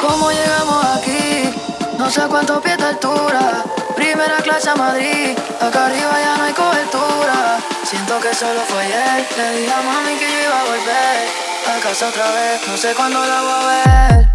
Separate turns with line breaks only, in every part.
¿Cómo llegamos aquí? No sé cuántos pies de altura. Primera clase a Madrid. Acá arriba ya no hay cobertura. Siento que solo fue ayer. Le dije a mami que yo iba a volver a casa otra vez. No sé cuándo la voy a ver.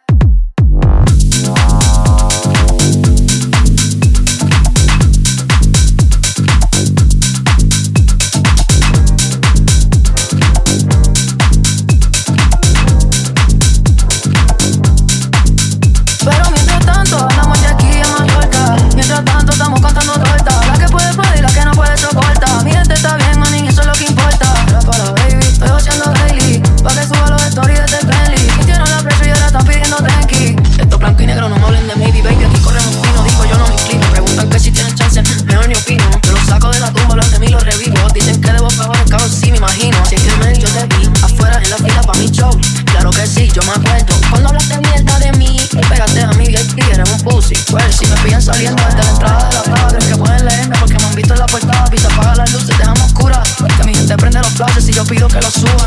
Estamos contando torta, la que puede pedir, la que no puede soportar. Mi gente está bien, manín, eso es lo que importa. Era para la baby, estoy haciendo daily, pa' que suba los stories desde el Bentley. Hicieron la presión y ahora están pidiendo tenki. Esto blanco y negro, no me hablen de maybe, baby. Aquí corremos fino, digo yo no me inclino. Preguntan que si tienen chance, mejor ni opino. Yo los saco de la tumba, hablan de mí, los revivo. Dicen que debo favor el caos, sí me imagino. Si es que yo te vi afuera en la fila pa' mi show. Claro que sí, yo me acuerdo. Cuando hablaste mierda de mí y pegaste a mi VIP, eres un pussy. Pues si me pillan saliendo desde la entrada de la plaza, creen que pueden leerme porque me han visto en la portada. Pisa, apaga las luces, dejamos oscura. Que mi gente prende los flashes y yo pido que los suban.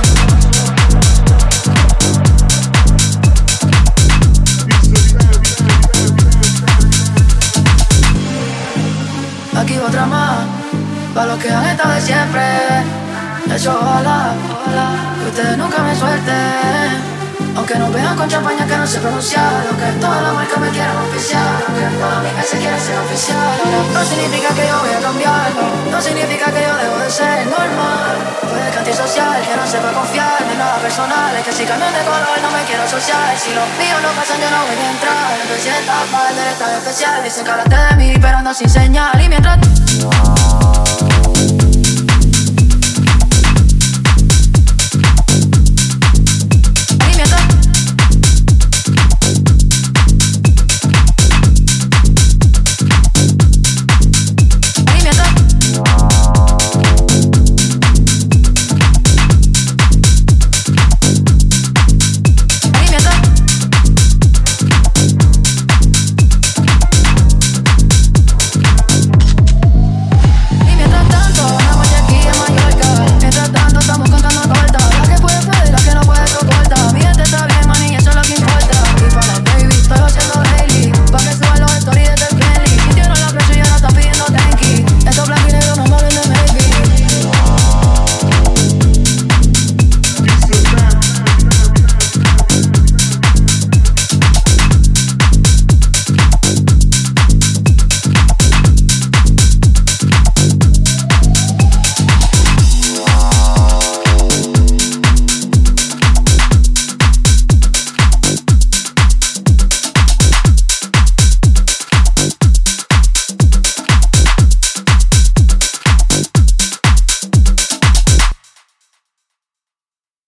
Aquí otra más, pa' los que han estado de siempre. De hecho, ojalá que ustedes nunca me suelten. Aunque nos vean con champaña que no sé pronunciar. Aunque toda la marca me quieran oficial. Aunque toda mi se quiera ser oficial. No significa que yo voy a cambiar. No significa que yo debo de ser normal. Puede que antisocial, que no sepa confiar. De nada personal, es que si cambian de color no me quiero asociar. Si los míos no pasan yo no voy a entrar. Entonces esta parte es tan especial. Dicen que hablaste de mí pero ando sin señal. Y mientras